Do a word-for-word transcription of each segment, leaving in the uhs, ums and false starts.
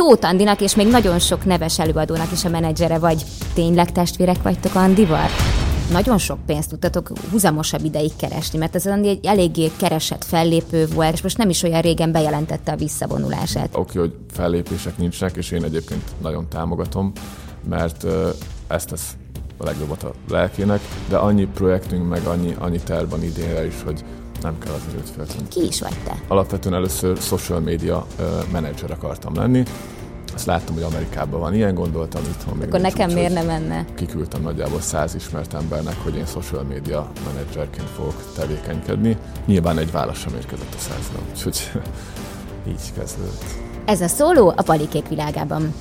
Tóth Andinak és még nagyon sok neves előadónak is a menedzsere vagy. Tényleg testvérek vagytok Andival? Nagyon sok pénzt tudtatok húzamosabb ideig keresni, mert ez Andi egy eléggé keresett fellépő volt, és most nem is olyan régen bejelentette a visszavonulását. Oké, hogy fellépések nincsenek, és én egyébként nagyon támogatom, mert ezt tesz a legjobbat a lelkének, de annyi projektünk, meg annyi, annyi terv van idénre is, hogy nem kell az időt félteni. Ki is vagy te? Alapvetően először social media uh, menedzser akartam lenni. Azt láttam, hogy Amerikában van ilyen, gondoltam itthon még Akkor nincs, nekem úgy, miért nem menne? Kiküldtem nagyjából száz ismert embernek, hogy én social media menedzserként fogok tevékenykedni. Nyilván egy válasz sem érkezett a százra, úgyhogy így kezdődött. Ez a szóló a Palikék világában.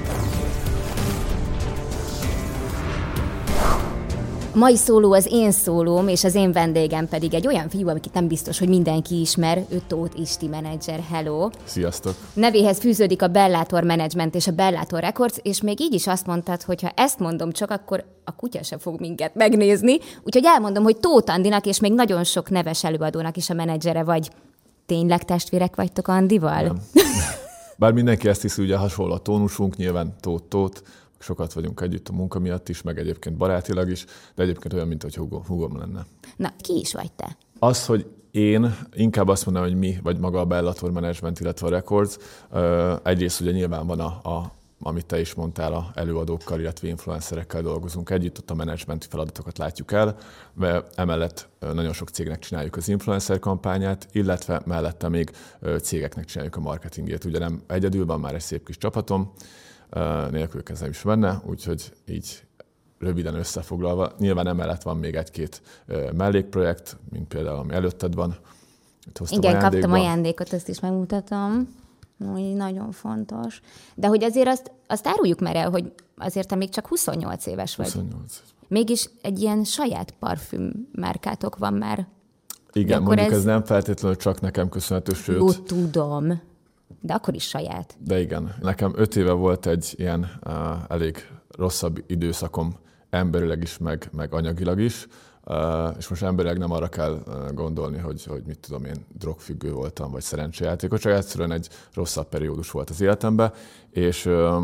A mai szóló az én szólóm, és az én vendégem pedig egy olyan fiú, akit nem biztos, hogy mindenki ismer, ő Tóth Isti menedzser. Hello! Sziasztok! Nevéhez fűződik a Bellator Management és a Bellator Records, és még így is azt mondtad, hogy ha ezt mondom csak, akkor a kutya sem fog minket megnézni. Úgyhogy elmondom, hogy Tóth Andinak és még nagyon sok neves előadónak is a menedzsere vagy. Tényleg testvérek vagytok Andival? Nem. Bár mindenki ezt hiszi, ugye hasonló a tónusunk, nyilván Tóth Tóth, sokat vagyunk együtt a munka miatt is, meg egyébként barátilag is, de egyébként olyan, mint hogy húgom, húgom lenne. Na, ki is vagy te? Az, hogy én, inkább azt mondanám, hogy mi, vagy maga a Bellator Management, illetve a Records. Egyrészt ugye nyilván van, a, a, amit te is mondtál, a előadókkal, illetve influencerekkel dolgozunk együtt, ott a menedzsmenti feladatokat látjuk el, mert emellett nagyon sok cégnek csináljuk az influencer kampányát, illetve mellette még cégeknek csináljuk a marketingjét. Ugye nem egyedül, van már egy szép kis csapatom, nélkül kezdem is benne, úgyhogy így röviden összefoglalva. Nyilván emellett van még egy-két mellékprojekt, mint például ami előtted van. Igen, kaptam ajándékot, ezt is megmutatom. Úgy nagyon fontos. De hogy azért azt, azt áruljuk már el, hogy azért te még csak huszonnyolc éves vagy. huszonnyolc. Mégis egy ilyen saját parfüm márkátok van már. Igen, mondjuk ez... ez nem feltétlenül csak nekem köszönhető, sőt... Jó, tudom. De akkor is saját. De igen. Nekem öt éve volt egy ilyen uh, elég rosszabb időszakom, emberileg is, meg, meg anyagilag is, uh, és most emberileg nem arra kell uh, gondolni, hogy, hogy mit tudom én, drogfüggő voltam, vagy szerencsejátékos, csak egyszerűen egy rosszabb periódus volt az életemben, és uh,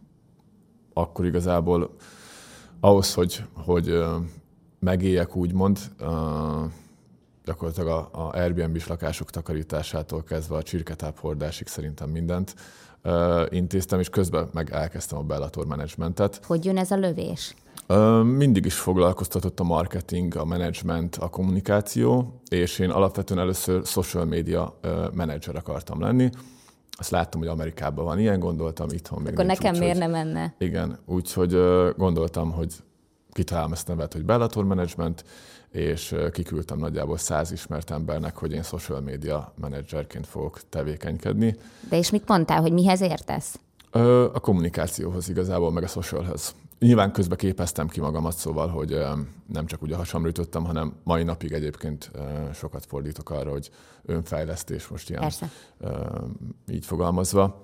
akkor igazából ahhoz, hogy, hogy uh, megéljek úgymond, uh, gyakorlatilag a, a Airbnb-s lakások takarításától kezdve a csirketáphordásig szerintem mindent uh, intéztem, és közben meg elkezdtem a Bellator Managementet. Hogy jön ez a lövés? Uh, mindig is foglalkoztatott a marketing, a management, a kommunikáció, és én alapvetően először social media uh, menedzser akartam lenni. Azt láttam, hogy Amerikában van ilyen, gondoltam itthon még Akkor nincs, nekem úgy, miért hogy, nem menne? Igen, úgyhogy uh, gondoltam, hogy kitalálom ezt a nevet, hogy Bellator Management, és kiküldtem nagyjából száz ismert embernek, hogy én social media menedzserként fogok tevékenykedni. De és mit mondtál, hogy mihez értesz? A kommunikációhoz igazából, meg a socialhez. Nyilván közben képeztem ki magamat, szóval, hogy nem csak úgy a hasamra ütöttem, hanem mai napig egyébként sokat fordítok arra, hogy önfejlesztés most ilyen Persze. Így fogalmazva.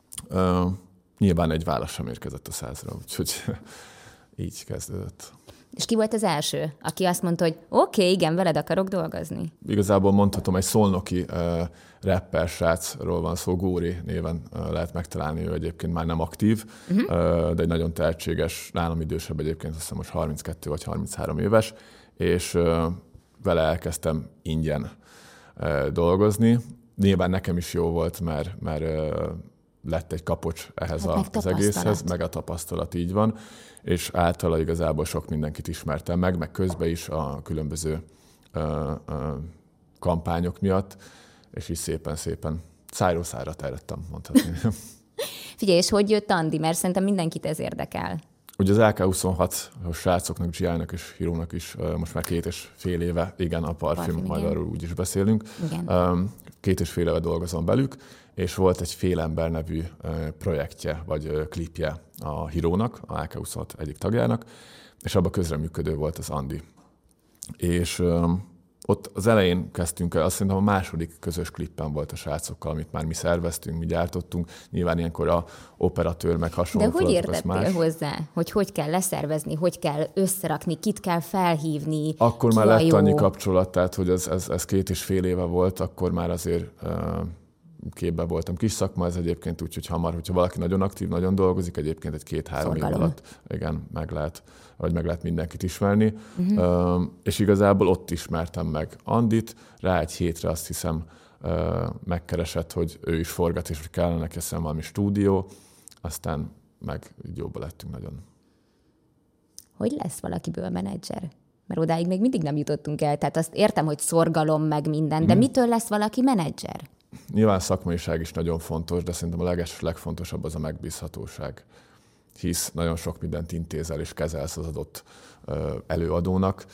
Nyilván egy válasz sem érkezett a százra, úgyhogy így kezdődött. És ki volt az első, aki azt mondta, hogy oké, okay, igen, veled akarok dolgozni? Igazából mondhatom, egy szolnoki uh, rapper srácról van szó, Góri néven uh, lehet megtalálni, ő egyébként már nem aktív, uh-huh. uh, de egy nagyon tehetséges, nálam idősebb egyébként, azt hiszem most harminckettő vagy harminchárom éves, és uh, vele elkezdtem ingyen uh, dolgozni. Nyilván nekem is jó volt, mert, mert uh, lett egy kapocs ehhez hát a, az egészhez, meg a tapasztalat, így van, és általa igazából sok mindenkit ismertem meg, meg közben is a különböző ö, ö, kampányok miatt, és így szépen-szépen szájról szájra terjedtem, mondhatni. Figyelj, és hogy jött Andi? Mert szerintem mindenkit ez érdekel. Ugye az á ká huszonhatos srácoknak, gé í-nak és Hírónak is most már két és fél éve, igen, a parfüm, parfüm majd arról úgy is beszélünk. Igen. Két és fél éve dolgozom velük, és volt egy Félember nevű projektje, vagy klipje a Hírónak, a á ká huszonhat egyik tagjának, és abban közreműködő volt az Andi. És ott az elején kezdtünk el, azt szerintem a második közös klippen volt a srácokkal, amit már mi szerveztünk, mi gyártottunk. Nyilván ilyenkor a operatőr meg hasonló. De hogy értettél hozzá? Hogy hogy kell leszervezni, hogy kell összerakni, kit kell felhívni? Akkor már lett annyi kapcsolat, tehát hogy ez, ez, ez két és fél éve volt, akkor már azért uh, képben voltam. Kis szakma ez egyébként, úgyhogy hamar, hogyha valaki nagyon aktív, nagyon dolgozik, egyébként egy két-három év alatt igen, meg lehet, vagy meg lehet mindenkit ismerni. Uh-huh. Uh, és igazából ott ismertem meg Andit, rá egy hétre azt hiszem uh, megkeresett, hogy ő is forgat, és hogy kellene neki eszem valami stúdió, aztán meg így jóba lettünk nagyon. Hogy lesz valakiből menedzser? Mert odáig még mindig nem jutottunk el. Tehát azt értem, hogy szorgalom meg minden, de hmm. mitől lesz valaki menedzser? Nyilván szakmaiság is nagyon fontos, de szerintem a leges, legfontosabb az a megbízhatóság. Hisz nagyon sok mindent intézel és kezelsz az adott ö, előadónak.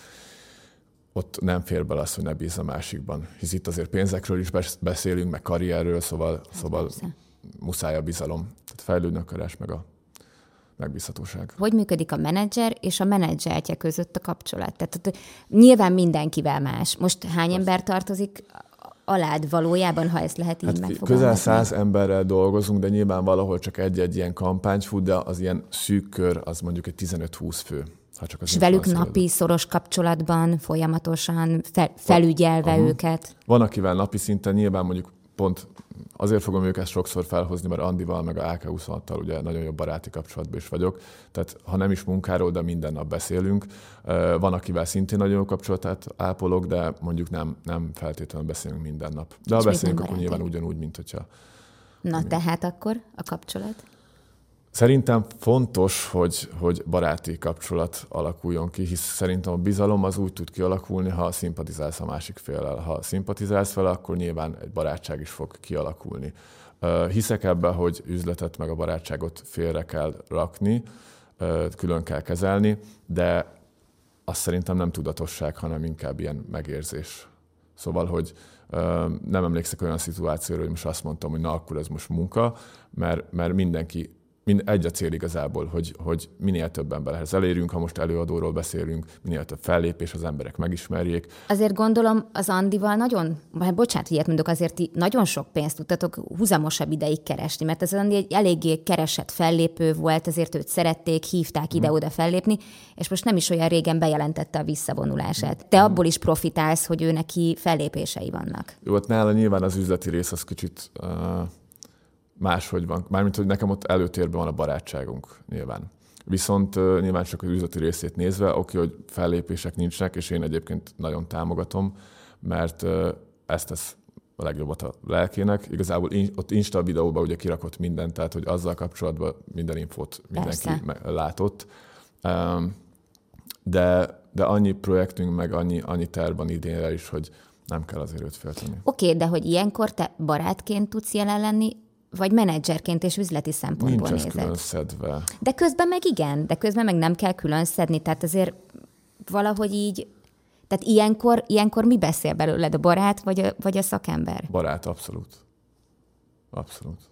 Ott nem fér bele az, hogy ne bízz a másikban. Hisz itt azért pénzekről is beszélünk, meg karrierről, szóval, hát szóval muszáj a bizalom. Tehát fejlődni akarás meg a megbízhatóság. Hogy működik a menedzser és a menedzseltje között a kapcsolat? Tehát nyilván mindenkivel más. Most hány ember tartozik alád valójában, ha ezt lehet így hát megfogalmazni? Közel száz emberrel dolgozunk, de nyilván valahol csak egy-egy ilyen kampány fut, de az ilyen szűk kör, az mondjuk egy tizenöt-húsz fő. Ha csak az és velük napi szoros kapcsolatban, folyamatosan fe, felügyelve Aha. őket? Van, akivel napi szinten, nyilván mondjuk pont azért fogom őket sokszor felhozni, mert Andival, meg a á ká huszonhattal ugye nagyon jobb baráti kapcsolatban is vagyok. Tehát ha nem is munkáról, de minden nap beszélünk. Van, akivel szintén nagyon jó kapcsolatát ápolok, de mondjuk nem, nem feltétlenül beszélünk minden nap. De ha beszélünk, akkor nyilván ugyanúgy, mint hogyha... Na, ami... tehát akkor a kapcsolat? Szerintem fontos, hogy, hogy baráti kapcsolat alakuljon ki, hisz szerintem a bizalom az úgy tud kialakulni, ha szimpatizálsz a másik féllel. Ha szimpatizálsz vele, akkor nyilván egy barátság is fog kialakulni. Hiszek ebben, hogy üzletet meg a barátságot félre kell rakni, külön kell kezelni, de azt szerintem nem tudatosság, hanem inkább ilyen megérzés. Szóval, hogy nem emlékszek olyan szituációra, hogy most azt mondtam, hogy na, akkor ez most munka, mert, mert mindenki egy a cél igazából, hogy, hogy minél több emberhez elérjünk, ha most előadóról beszélünk, minél több fellépés, az emberek megismerjék. Azért gondolom az Andival nagyon, hát bocsánat, hogy ilyet mondok, azért ti nagyon sok pénzt tudtatok húzamosabb ideig keresni, mert az Andi egy eléggé keresett fellépő volt, azért őt szerették, hívták ide-oda hmm. fellépni, és most nem is olyan régen bejelentette a visszavonulását. Te abból is profitálsz, hogy ő neki fellépései vannak. Jó, ott nála nyilván az üzleti rész az kicsit... Uh... máshogy van. Mármint, hogy nekem ott előtérben van a barátságunk nyilván. Viszont uh, nyilván csak az üzleti részét nézve, oké, hogy fellépések nincsenek, és én egyébként nagyon támogatom, mert uh, ezt tesz a legjobbat a lelkének. Igazából in, ott Insta videóban ugye kirakott mindent, tehát hogy azzal kapcsolatban minden infót mindenki me- látott. Um, de, de annyi projektünk, meg annyi, annyi terv van idénre is, hogy nem kell azért őt félteni. Oké, okay, de hogy ilyenkor te barátként tudsz jelen lenni, vagy menedzserként és üzleti szempontból nézed. Nincs ez külön szedve. De közben meg igen, de közben meg nem kell külön szedni, tehát azért valahogy így, tehát ilyenkor, ilyenkor mi beszél belőled, a barát vagy a, vagy a szakember? Barát, abszolút. Abszolút.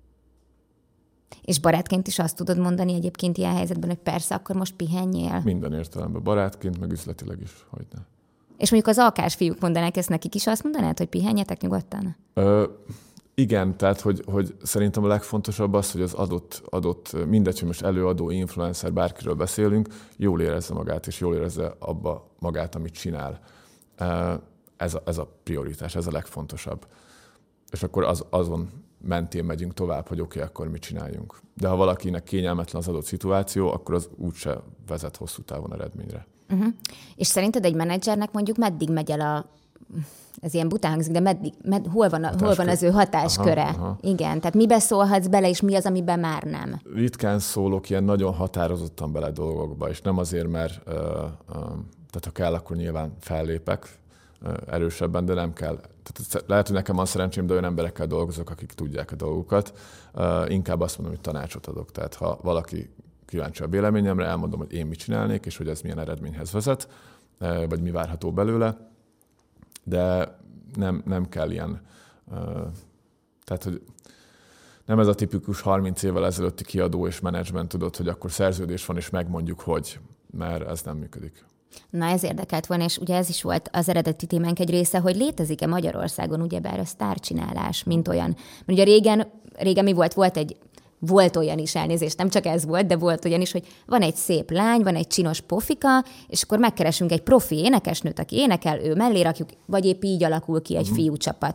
És barátként is azt tudod mondani egyébként ilyen helyzetben, hogy persze, akkor most pihenjél? Minden értelemben. Barátként, meg üzletileg is, hogyne. És mondjuk az alkás fiúk mondanák ezt nekik is, azt mondanád, hogy pihenjetek nyugodtan? Ö, igen, tehát hogy, hogy szerintem a legfontosabb az, hogy az adott, adott, mindegy, hogy most előadó, influencer, bárkiről beszélünk, jól érezze magát, és jól érezze abba magát, amit csinál. Ez a, ez a prioritás, ez a legfontosabb. És akkor az, azon mentén megyünk tovább, hogy oké, okay, akkor mit csináljunk. De ha valakinek kényelmetlen az adott szituáció, akkor az úgyse vezet hosszú távon eredményre. Uh-huh. És szerinted egy menedzsernek mondjuk meddig megy el a... Ez ilyen bután hangzik, de meddig, med, hol, van a, hol van az ő hatásköre? Aha, aha. Igen, tehát mibe szólhatsz bele, és mi az, amiben már nem? Ritkán szólok ilyen nagyon határozottan bele dolgokba, és nem azért, mert uh, uh, tehát ha kell, akkor nyilván fellépek uh, erősebben, de nem kell. Tehát lehet, hogy nekem van szerencsém, de olyan emberekkel dolgozok, akik tudják a dolgokat. Uh, inkább azt mondom, hogy tanácsot adok. Tehát ha valaki kíváncsi a véleményemre, elmondom, hogy én mit csinálnék, és hogy ez milyen eredményhez vezet, uh, vagy mi várható belőle. De nem, nem kell ilyen, uh, tehát, hogy nem ez a tipikus harminc évvel ezelőtti kiadó és menedzsment, tudod, hogy akkor szerződés van, és megmondjuk, hogy, mert ez nem működik. Na, ez érdekelt volna, és ugye ez is volt az eredeti témánk egy része, hogy létezik-e Magyarországon ugyebár a sztárcsinálás, mint olyan. Mert ugye régen, régen mi volt? Volt egy Volt olyan is, elnézést, nem csak ez volt, de volt olyan is, hogy van egy szép lány, van egy csinos pofika, és akkor megkeresünk egy profi énekesnőt, aki énekel, ő mellé rakjuk, vagy épp így alakul ki egy fiúcsapat.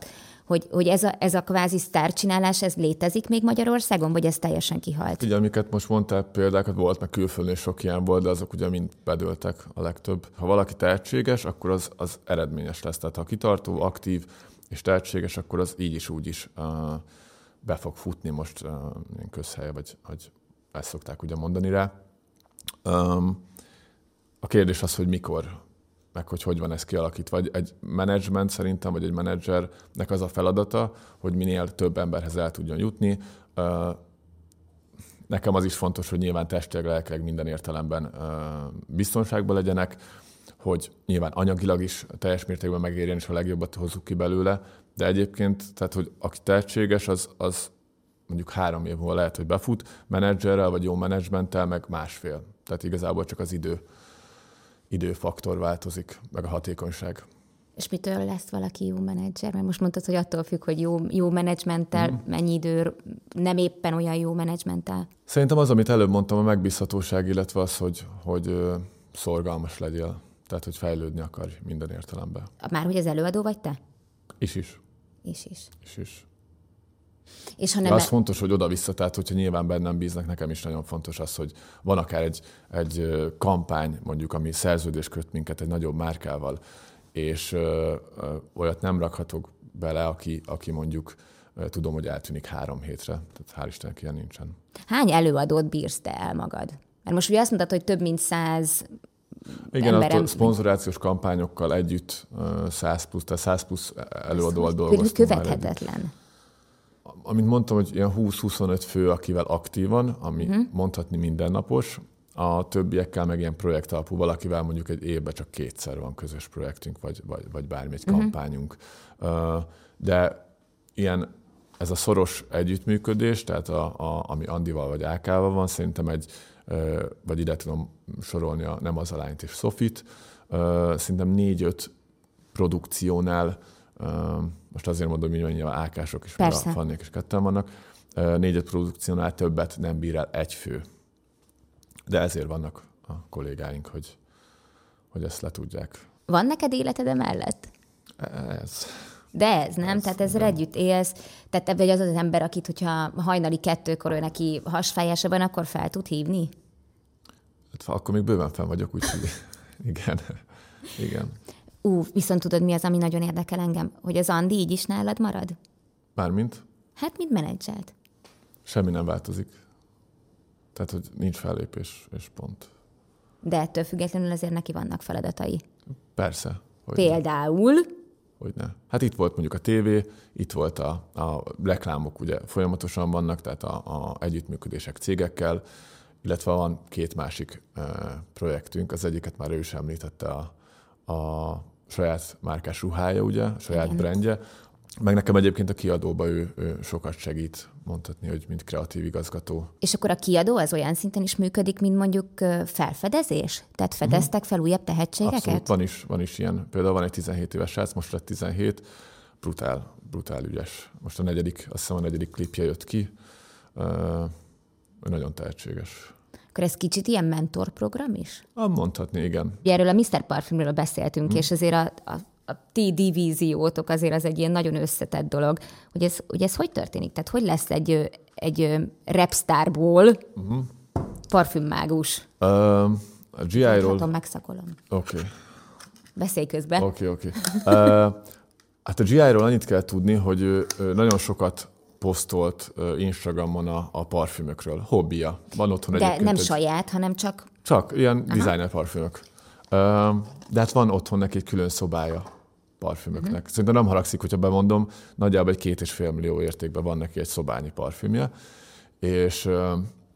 hogy, hogy ez, a, ez a kvázi sztárcsinálás, ez létezik még Magyarországon, vagy ez teljesen kihalt? Ugye, amiket most mondtál példákat, volt, meg külföldön is sok ilyen volt, de azok ugye mind bedőltek a legtöbb. Ha valaki tehetséges, akkor az, az eredményes lesz. Tehát ha kitartó, aktív és tehetséges, akkor az így is, úgy is uh, be fog futni most uh, közhelye, vagy hogy ezt szokták ugye mondani rá. Um, a kérdés az, hogy mikor, meg hogy hogy van ez kialakítva. Vagy egy menedzsment szerintem, vagy egy menedzsernek az a feladata, hogy minél több emberhez el tudjon jutni. Nekem az is fontos, hogy nyilván testileg, lelkileg minden értelemben biztonságban legyenek, hogy nyilván anyagilag is teljes mértékben megérjen, és a legjobbat hozzuk ki belőle, de egyébként, tehát, hogy aki tehetséges, az, az mondjuk három év múlva lehet, hogy befut, menedzserrel vagy jó menedzsmenttel, meg másfél. Tehát igazából csak az idő, időfaktor változik, meg a hatékonyság. És mitől lesz valaki jó menedzser? Mert most mondtad, hogy attól függ, hogy jó, jó menedzsmenttel, mm. mennyi idő, nem éppen olyan jó menedzsmenttel. Szerintem az, amit előbb mondtam, a megbízhatóság, illetve az, hogy, hogy szorgalmas legyél. Tehát, hogy fejlődni akarj minden értelemben. Már hogy az előadó vagy te? Is is. Is is. Is is. És ha nem az e... fontos, hogy oda-vissza, tehát hogyha nyilván bennem bíznak, nekem is nagyon fontos az, hogy van akár egy, egy kampány, mondjuk, ami szerződés köt minket egy nagyobb márkával, és ö, ö, olyat nem rakhatok bele, aki, aki mondjuk ö, tudom, hogy eltűnik három hétre. Tehát hál' Istennek ilyen nincsen. Hány előadót bírsz te el magad? Mert most ugye azt mondtad, hogy több mint száz igen, emberem... a szponzorációs kampányokkal együtt száz plusz, tehát száz plusz előadóval dolgoztunk. Követhetetlen. Amint mondtam, hogy ilyen húsz-huszonöt fő, akivel aktívan, ami uh-huh. mondhatni mindennapos, a többiekkel meg ilyen projekt alapú, valakivel mondjuk egy évben csak kétszer van közös projektünk, vagy, vagy, vagy bármi egy uh-huh. kampányunk. De ilyen, ez a szoros együttműködés, tehát a, a, ami Andival vagy Ákával van, szerintem egy, vagy ide tudom sorolni a Nem az a lányt és Sofit, szerintem négy-öt produkciónál, most azért mondom, hogy nyilván Ákások is, mert a Fannék is ketten vannak, négy-öt produkciónál többet nem bír el egy fő. De ezért vannak a kollégáink, hogy, hogy ezt le tudják. Van neked életed emellett? Ez. De ez, nem? Ez, Tehát ezzel igen. együtt élsz. Tehát ebben az az ember, akit, hogyha hajnali kettőkor ő neki hasfájása van, akkor fel tud hívni? Hát, akkor még bőven fenn vagyok, úgyhogy igen. igen. Ú, viszont tudod, mi az, ami nagyon érdekel engem? Hogy az Andi így is nálad marad? Mármint? Hát, mint menedzselt. Semmi nem változik. Tehát, hogy nincs fellépés, és pont. De ettől függetlenül azért neki vannak feladatai. Persze. Például? Hogyne. Hát itt volt mondjuk a tévé, itt volt a, a reklámok, ugye folyamatosan vannak, tehát a, a együttműködések cégekkel, illetve van két másik e, projektünk, az egyiket már ő is említette, a, a saját márkás ruhája, ugye, a saját igen. brandje, meg nekem egyébként a kiadóba ő, ő sokat segít, mondhatni, hogy mint kreatív igazgató. És akkor a kiadó az olyan szinten is működik, mint mondjuk felfedezés? Tehát fedeztek fel újabb tehetségeket? Abszolút, van is, van is ilyen. Például van egy tizenhét éves srác, most lett tizenhét, brutál, brutál ügyes. Most a negyedik, azt hiszem a negyedik klipje jött ki. Uh, nagyon tehetséges. Akkor ez kicsit ilyen mentorprogram is? Ah, mondhatni, igen. Erről a miszter Parfümről beszéltünk, hmm. és azért a, a a ti divíziótok azért az egy ilyen nagyon összetett dolog, hogy ez, hogy ez hogy történik? Tehát hogy lesz egy, egy rapstárból uh-huh. parfümmágus? Uh, a gé í-ról... Tudom, megszakolom. Oké. Okay. Beszélj közben. Oké, okay, oké. Okay. Uh, hát a gé í-ról annyit kell tudni, hogy ő nagyon sokat posztolt Instagramon a, a parfümökről. Hobbija. Van otthon de egyébként nem egy... saját, hanem csak... Csak, ilyen aha. designer parfümök. Uh, de hát van otthon neki egy külön szobája parfümöknek. Uh-huh. Szerintem nem haragszik, hogyha bemondom, nagyjából egy két és fél millió értékben van neki egy szobányi parfümje, és uh,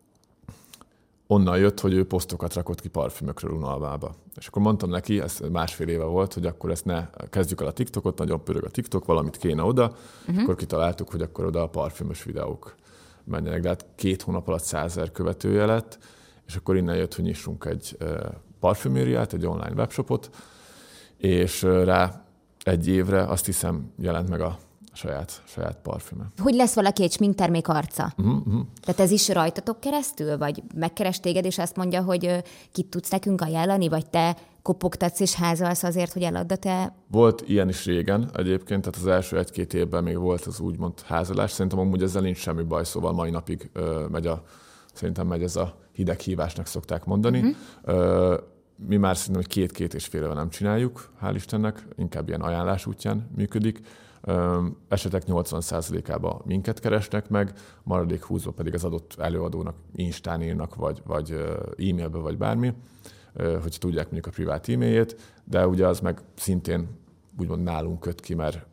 onnan jött, hogy ő posztokat rakott ki parfümökről unalmába. És akkor mondtam neki, ez másfél éve volt, hogy akkor ezt ne kezdjük el a TikTokot, nagyon pörög a TikTok, valamit kéne oda, uh-huh. akkor kitaláltuk, hogy akkor oda a parfümös videók menjenek. De hát két hónap alatt százezer követője lett, és akkor innen jött, hogy nyissunk egy uh, parfümériát, egy online webshopot, és uh, rá egy évre azt hiszem jelent meg a saját, saját parfüme. Hogy lesz valaki egy sminktermék arca? Uh-huh, uh-huh. Tehát ez is rajtatok keresztül? Vagy megkeres téged, és azt mondja, hogy uh, kit tudsz nekünk ajánlani? Vagy te kopogtatsz és házalsz azért, hogy eladd a te... Volt ilyen is régen egyébként, tehát az első egy-két évben még volt az úgymond házalás. Szerintem amúgy ezzel nincs semmi baj, szóval mai napig ö, megy a, szerintem megy ez a hideghívásnak szokták mondani. Uh-huh. Ö, mi már szerintem, hogy két-két és fél éve nem csináljuk, hál' Istennek, inkább ilyen ajánlás útján működik. Ö, esetek nyolcvan százalékában minket keresnek meg, maradék húszba pedig az adott előadónak Instán írnak, vagy, vagy e-mailbe, vagy bármi, hogy tudják mondjuk a privát e-mailjét, de ugye az meg szintén úgymond nálunk köt ki, mert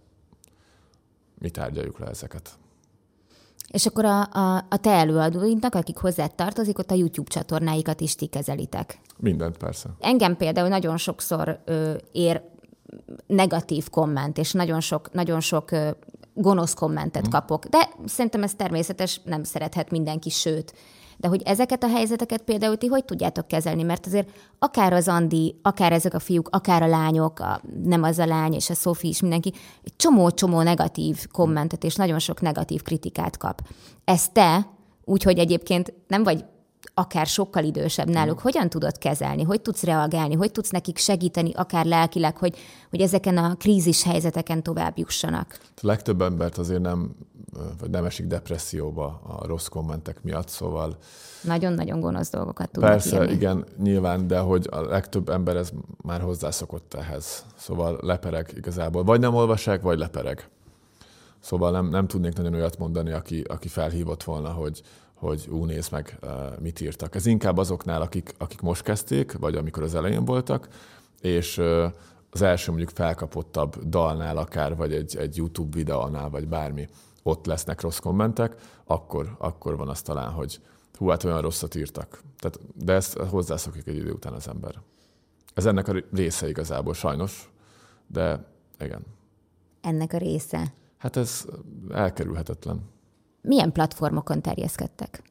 mi tárgyaljuk le ezeket. És akkor a, a, a te előadóinknak, akik hozzád tartozik, ott a YouTube csatornáikat is ti kezelitek. Mindent, persze. Engem például nagyon sokszor ö, ér negatív komment, és nagyon sok, nagyon sok ö, gonosz kommentet hmm. kapok. De szerintem ez természetes, nem szerethet mindenki, sőt. De hogy ezeket a helyzeteket például ti hogy tudjátok kezelni? Mert azért akár az Andi, akár ezek a fiúk, akár a lányok, a, nem az a lány és a Szofi is, mindenki, egy csomó-csomó negatív kommentet és nagyon sok negatív kritikát kap. Ezt te, úgyhogy egyébként nem vagy akár sokkal idősebb náluk, hmm. hogyan tudod kezelni? Hogy tudsz reagálni? Hogy tudsz nekik segíteni, akár lelkileg, hogy, hogy ezeken a krízis helyzeteken tovább jussanak? A legtöbb embert azért nem, vagy nem esik depresszióba a rossz kommentek miatt, szóval... Nagyon-nagyon gonosz dolgokat tudnak Persze, írni. igen, nyilván, de hogy a legtöbb ember ez már hozzászokott ehhez. Szóval lepereg igazából. Vagy nem olvassák, vagy lepereg. Szóval nem, nem tudnék nagyon olyat mondani, aki, aki felhívott volna, hogy hogy ú, nézd meg, mit írtak. Ez inkább azoknál, akik, akik most kezdték, vagy amikor az elején voltak, és az első mondjuk felkapottabb dalnál akár, vagy egy, egy YouTube videónál, vagy bármi, ott lesznek rossz kommentek, akkor, akkor van az talán, hogy hú, hát olyan rosszat írtak. Tehát, de ezt hozzászokik egy idő után az ember. Ez ennek a része igazából, sajnos, de igen. Ennek a része? Hát ez elkerülhetetlen. Milyen platformokon terjeszkedtek?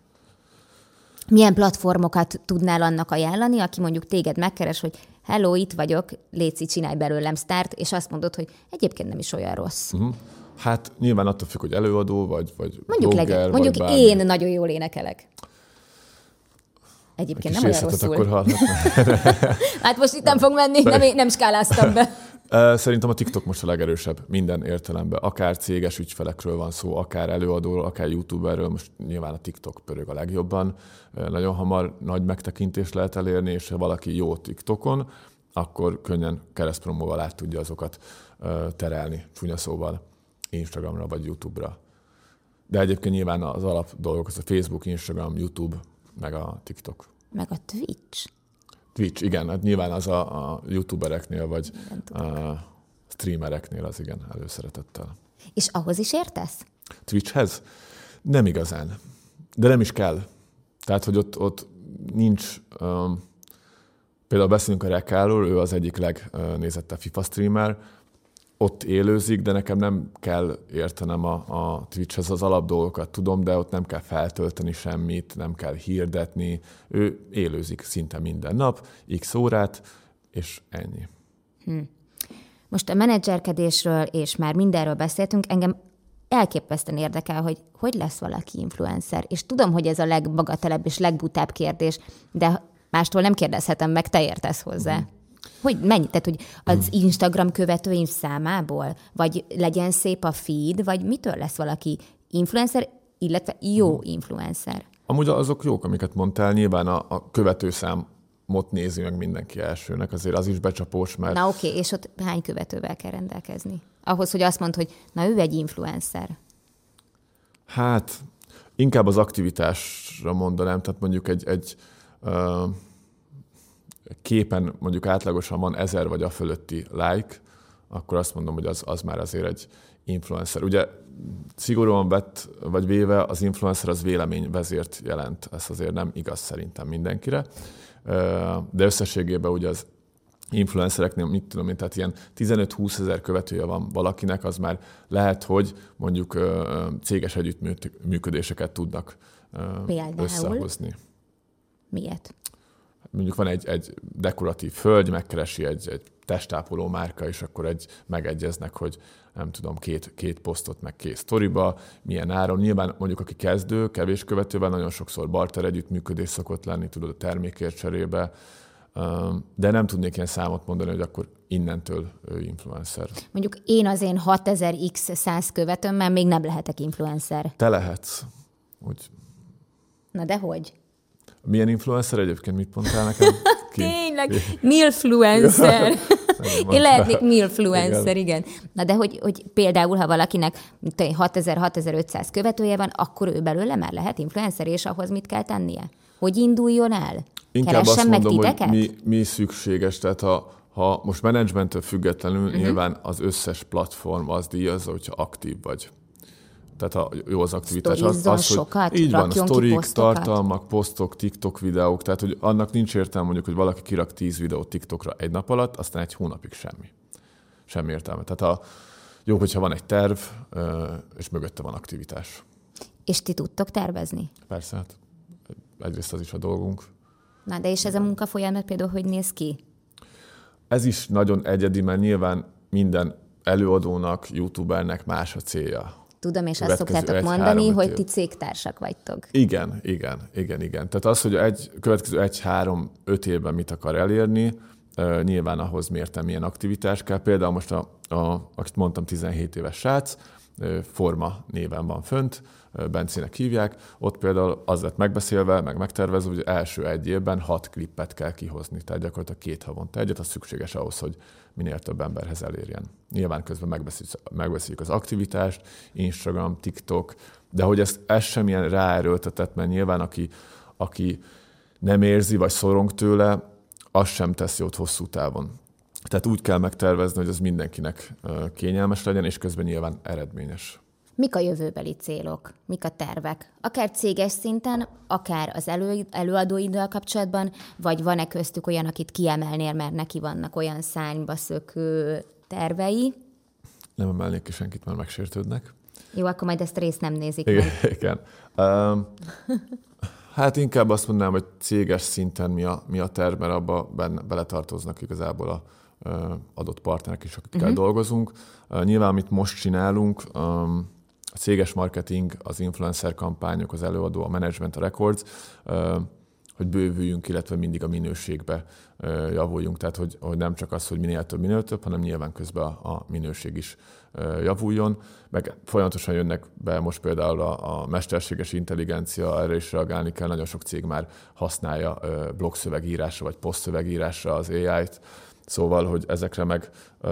Milyen platformokat tudnál annak ajánlani, aki mondjuk téged megkeres, hogy hello, itt vagyok, léci, csinálj belőlem sztárt, és azt mondod, hogy egyébként nem is olyan rossz. Uh-huh. Hát nyilván attól függ, hogy előadó, vagy, vagy mondjuk blogger, legyen, mondjuk vagy én nagyon jól énekelek. Egyébként nem olyan rosszul. Akkor Hát most itt nem fog menni, nem, nem skáláztam be. Szerintem a TikTok most a legerősebb minden értelemben. Akár céges ügyfelekről van szó, akár előadóról, akár youtuberről, most nyilván a TikTok pörög a legjobban. Nagyon hamar nagy megtekintést lehet elérni, és ha valaki jó TikTokon, akkor könnyen keresztpromóval át tudja azokat terelni, csúnya szóval, Instagramra vagy YouTube-ra. De egyébként nyilván az alap dolgok, az a Facebook, Instagram, YouTube, meg a TikTok. Meg a Twitch. Twitch, igen, hát nyilván az a, a youtubereknél, vagy a streamereknél az igen előszeretettel. És ahhoz is értesz? Twitchhez? Nem igazán. De nem is kell. Tehát, hogy ott, ott nincs... Um, például beszélünk a Rekáról, ő az egyik legnézettebb FIFA streamer, ott élőzik, de nekem nem kell értenem a, a Twitchhez az alapdolgokat, tudom, de ott nem kell feltölteni semmit, nem kell hirdetni. Ő élőzik szinte minden nap, x órát, és ennyi. Hm. Most a menedzserkedésről és már mindenről beszéltünk, engem elképesztően érdekel, hogy hogy lesz valaki influencer. És tudom, hogy ez a legbagatelebb és legbutább kérdés, de mástól nem kérdezhetem meg, te értesz hozzá. Uh-huh. Hogy mennyi? Tehát, hogy az Instagram követőim számából? Vagy legyen szép a feed? Vagy mitől lesz valaki influencer, illetve jó influencer? Amúgy azok jók, amiket mondtál. Nyilván a, a követőszámot nézi meg mindenki elsőnek. Azért az is becsapós, mert... Na oké, okay, és ott hány követővel kell rendelkezni? Ahhoz, hogy azt mondd, hogy na ő egy influencer. Hát, inkább az aktivitásra mondanám. Tehát mondjuk egy... egy uh, képen mondjuk átlagosan van ezer vagy a fölötti like, akkor azt mondom, hogy az, az már azért egy influencer. Ugye szigorúan vett vagy véve az influencer az véleményvezért jelent. Ez azért nem igaz szerintem mindenkire. De összességében ugye az influencereknél, mit tudom én, tehát ilyen tizenöt-húsz ezer követője van valakinek, az már lehet, hogy mondjuk céges együttműködéseket tudnak Például? összehozni. Miért? Mondjuk van egy, egy dekoratív hölgy, megkeresi egy, egy testápoló márka, és akkor egy, megegyeznek, hogy nem tudom, két, két posztot meg két sztoriba, milyen áron. Nyilván mondjuk aki kezdő, kevés követővel, nagyon sokszor barter együttműködés szokott lenni, tudod, a termékért cserébe. de nem tudnék ilyen számot mondani, hogy akkor innentől ő influencer. Mondjuk én az én hatezer x száz követőmmel még nem lehetek influencer. Te lehetsz. Úgy. Na de hogy? Milyen influencer egyébként? Mit mondtál nekem? Ki? Tényleg, milfluencer. Én lehetnék milfluencer, igen. igen. Na de hogy, hogy például, ha valakinek hatezer-hatezer-ötszáz követője van, akkor ő belőle már lehet influencer, és ahhoz mit kell tennie? Hogy induljon el? Inkább Keressen azt meg mondom, titeket? hogy mi, mi szükséges. Tehát ha, ha most menedzsmenttől függetlenül uh-huh. nyilván az összes platform az díjazza, hogyha aktív vagy. Tehát a, jó az aktivitás. Az, az, sokat, hogy így van, sztorik, posztokat. tartalmak, posztok, TikTok videók, tehát hogy annak nincs értelme mondjuk, hogy valaki kirak tíz videót TikTokra egy nap alatt, aztán egy hónapig semmi. Semmi értelme. Tehát a, jó, hogyha van egy terv, és mögötte van aktivitás. És ti tudtok tervezni? Persze, hát egyrészt az is a dolgunk. Na, de és ez a munkafolyamat például hogy néz ki? Ez is nagyon egyedi, mert nyilván minden előadónak, youtubernek más a célja. Tudom, és azt szoktátok mondani, hogy ti cégtársak vagytok. Igen, igen, igen, igen. Tehát az, hogy egy következő egy-három-öt évben mit akar elérni, uh, nyilván ahhoz mértem milyen aktivitás kell. Például most, a, a, akit mondtam, tizenhét éves srác, uh, Forma néven van fönt, uh, Bencének hívják. Ott például az lett megbeszélve, meg megtervezve, hogy első egy évben hat klippet kell kihozni. Tehát gyakorlatilag két havonta egyet, az szükséges ahhoz, hogy minél több emberhez elérjen. Nyilván közben megbeszéljük, megbeszéljük az aktivitást, Instagram, TikTok, de hogy ez, ez sem ilyen ráerőltetett, mert nyilván aki, aki nem érzi, vagy szorong tőle, az sem tesz jót hosszú távon. Tehát úgy kell megtervezni, hogy az mindenkinek kényelmes legyen, és közben nyilván eredményes. Mik a jövőbeli célok? Mik a tervek? Akár céges szinten, akár az elő, előadóiddal kapcsolatban, vagy van-e köztük olyan, akit kiemelnél, mert neki vannak olyan szányba szökő tervei? Nem emelnék ki senkit, mert megsértődnek. Jó, akkor majd ezt a részt nem nézik igen, meg. Igen. Um, hát inkább azt mondanám, hogy céges szinten mi a, mi a terv, mert abba benne, beletartoznak igazából a uh, adott partnerek is, akikkel uh-huh. dolgozunk. Uh, nyilván, amit most csinálunk, um, a céges marketing, az influencer kampányok, az előadó, a management, a records, hogy bővüljünk, illetve mindig a minőségbe javuljunk. Tehát, hogy, hogy nem csak az, hogy minél több, minél több, hanem nyilván közben a minőség is javuljon. Meg folyamatosan jönnek be most például a, a mesterséges intelligencia, erre is reagálni kell. Nagyon sok cég már használja blogszövegírásra, vagy posztszövegírásra az á í-t. Szóval, hogy ezekre meg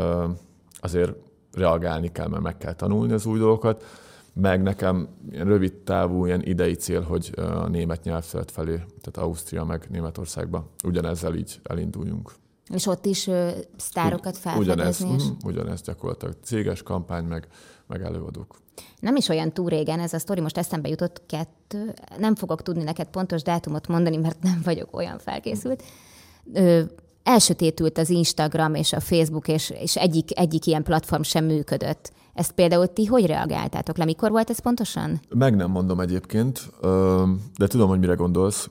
azért reagálni kell, mert meg kell tanulni az új dolgokat. Meg nekem rövid távú ilyen idei cél, hogy a német nyelvterület felé, tehát Ausztria meg Németországba ugyanezzel így elinduljunk. És ott is uh, sztárokat felfedezni? Ugyanez, és... mm, ugyanez gyakorlatilag céges kampány, meg, meg előadók. Nem is olyan túl régen, ez a sztori most eszembe jutott kettő. Nem fogok tudni neked pontos dátumot mondani, mert nem vagyok olyan felkészült. Ö, elsötétült az Instagram és a Facebook, és, és egyik, egyik ilyen platform sem működött. Ezt például ti hogy reagáltátok le? Mikor volt ez pontosan? Meg nem mondom egyébként, de tudom, hogy mire gondolsz.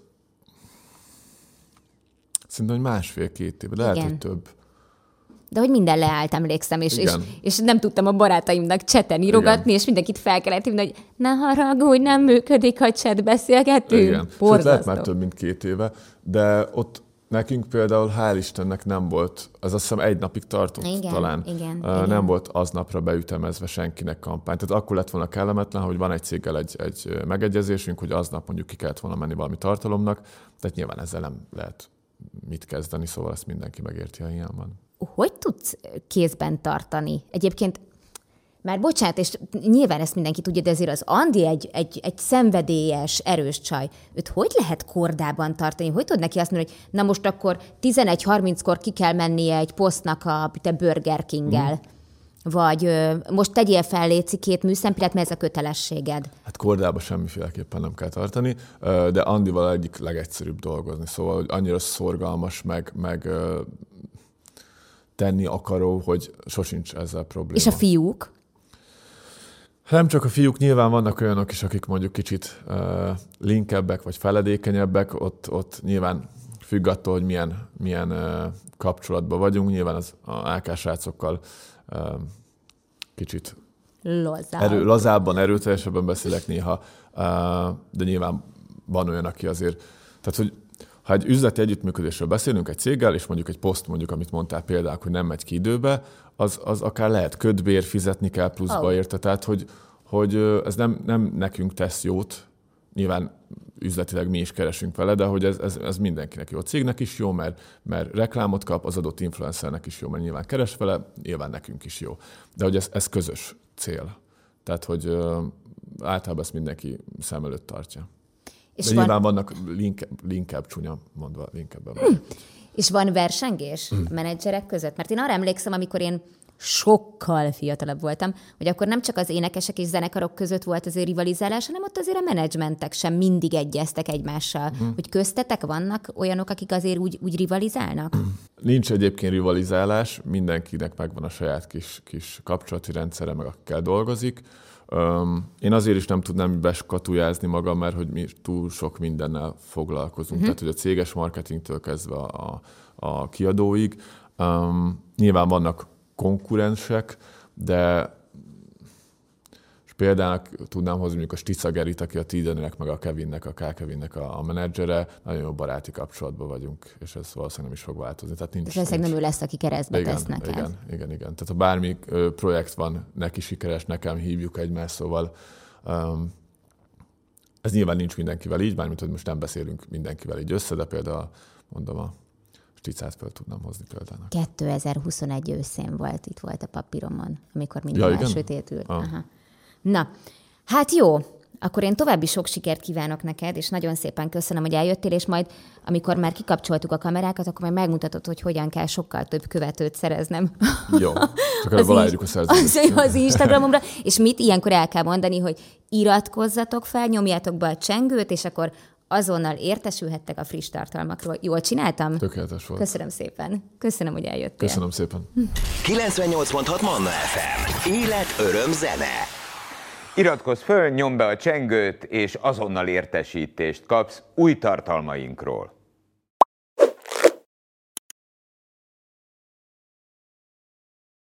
Szerintem, hogy másfél-két év, de lehet, hogy több. De hogy minden leállt, emlékszem, és, és, és nem tudtam a barátaimnak cseten írogatni, igen. És mindenkit fel kellett hívni, hogy ne haragudj, nem működik, ha chat beszélgetünk. Igen, sőt, lehet már több, mint két éve, de ott nekünk például hál' Istennek nem volt, az azt hiszem egy napig tartott igen, talán. Igen, uh, nem igen. volt aznapra beütemezve senkinek kampány. Tehát akkor lett volna kellemetlen, hogy van egy céggel egy, egy megegyezésünk, hogy aznap mondjuk ki kellett volna menni valami tartalomnak, tehát nyilván ezzel nem lehet mit kezdeni, szóval ezt mindenki megérti, ha ilyen van. Hogy tudsz kézben tartani? Egyébként, már bocsánat, és nyilván ezt mindenki tudja, de azért az Andi egy, egy, egy szenvedélyes, erős csaj. Őt hogy lehet kordában tartani? Hogy tud neki azt mondani, hogy na most akkor tizenegy harminckor ki kell mennie egy posztnak a te Burger King-gel? Mm. Vagy ö, most tegyél fel, léci, két műszempillát, mert ez a kötelességed. Hát kordába semmiféleképpen nem kell tartani, de Andival egyik legegyszerűbb dolgozni. Szóval, hogy annyira szorgalmas, meg, meg tenni akaró, hogy sosincs ezzel probléma. És a fiúk? Nem csak a fiúk, nyilván vannak olyanok is, akik mondjuk kicsit uh, linkebbek, vagy feledékenyebbek, ott, ott nyilván függ attól, hogy milyen, milyen uh, kapcsolatban vagyunk. Nyilván az á ká srácokkal uh, kicsit Lazább. erő, lazábban, erőteljesebben beszélek néha, uh, de nyilván van olyan, aki azért, tehát hogy ha egy üzleti együttműködésről beszélünk egy céggel, és mondjuk egy poszt, mondjuk, amit mondtál például, hogy nem megy ki időbe, az, az akár lehet kötbér, fizetni kell pluszba oh. érte. Tehát, hogy, hogy ez nem, nem nekünk tesz jót, nyilván üzletileg mi is keresünk vele, de hogy ez, ez, ez mindenkinek jó. A cégnek is jó, mert, mert reklámot kap, az adott influencernek is jó, mert nyilván keres vele, nyilván nekünk is jó. De hogy ez, ez közös cél. Tehát, hogy ö, általában ezt mindenki szem előtt tartja. És de van... nyilván vannak link, linkebb, csúnya mondva, linkebben. Hmm. És van versengés hmm. a menedzserek között? Mert én arra emlékszem, amikor én sokkal fiatalabb voltam, hogy akkor nem csak az énekesek és zenekarok között volt azért rivalizálás, hanem ott azért a menedzsmentek sem mindig egyeztek egymással. Hmm. Hogy köztetek vannak olyanok, akik azért úgy, úgy rivalizálnak? Hmm. Nincs egyébként rivalizálás, mindenkinek megvan a saját kis, kis kapcsolati rendszere, meg akikkel dolgozik. Um, én azért is nem tudnám beskatujázni magam, mert hogy mi túl sok mindennel foglalkozunk. Uh-huh. Tehát, hogy a céges marketingtől kezdve a, a kiadóig. Um, nyilván vannak konkurensek, de például tudnám hozni mondjuk a Stica Gerit, aki a Tidenének, meg a Kevinnek, a K. Kevinnek a, a menedzsere. Nagyon jó baráti kapcsolatban vagyunk, és ez valószínűleg nem is fog változni. Tehát nincs, ez nincs. Nem ő lesz, aki keresztbe igen, tesz neked. Igen, igen, igen. Tehát ha bármi ö, projekt van, neki sikeres, nekem hívjuk egymást, szóval um, ez nyilván nincs mindenkivel így, mármint, hogy most nem beszélünk mindenkivel így össze, de például mondom, a Sticát fel tudnám hozni például. kétezer-huszonegy őszén volt, itt volt a papíromon, amikor minden ja, elsötétült. Ah. Aha. Na, hát jó, akkor én további sok sikert kívánok neked, és nagyon szépen köszönöm, hogy eljöttél, és majd, amikor már kikapcsoltuk a kamerákat, akkor majd megmutatod, hogy hogyan kell sokkal több követőt szereznem. Jó, csak előbb aláírjuk a szerződést. Az, az Instagramomra, és mit ilyenkor el kell mondani, hogy iratkozzatok fel, nyomjátok be a csengőt, és akkor azonnal értesülhettek a friss tartalmakról. Jól csináltam? Tökéletes volt. Köszönöm szépen. Köszönöm, hogy eljöttél. Köszönöm szépen. kilencvennyolc pont hat Manna ef em. Élet, öröm, zene. Iratkozz föl, nyomd be a csengőt, és azonnal értesítést kapsz új tartalmainkról.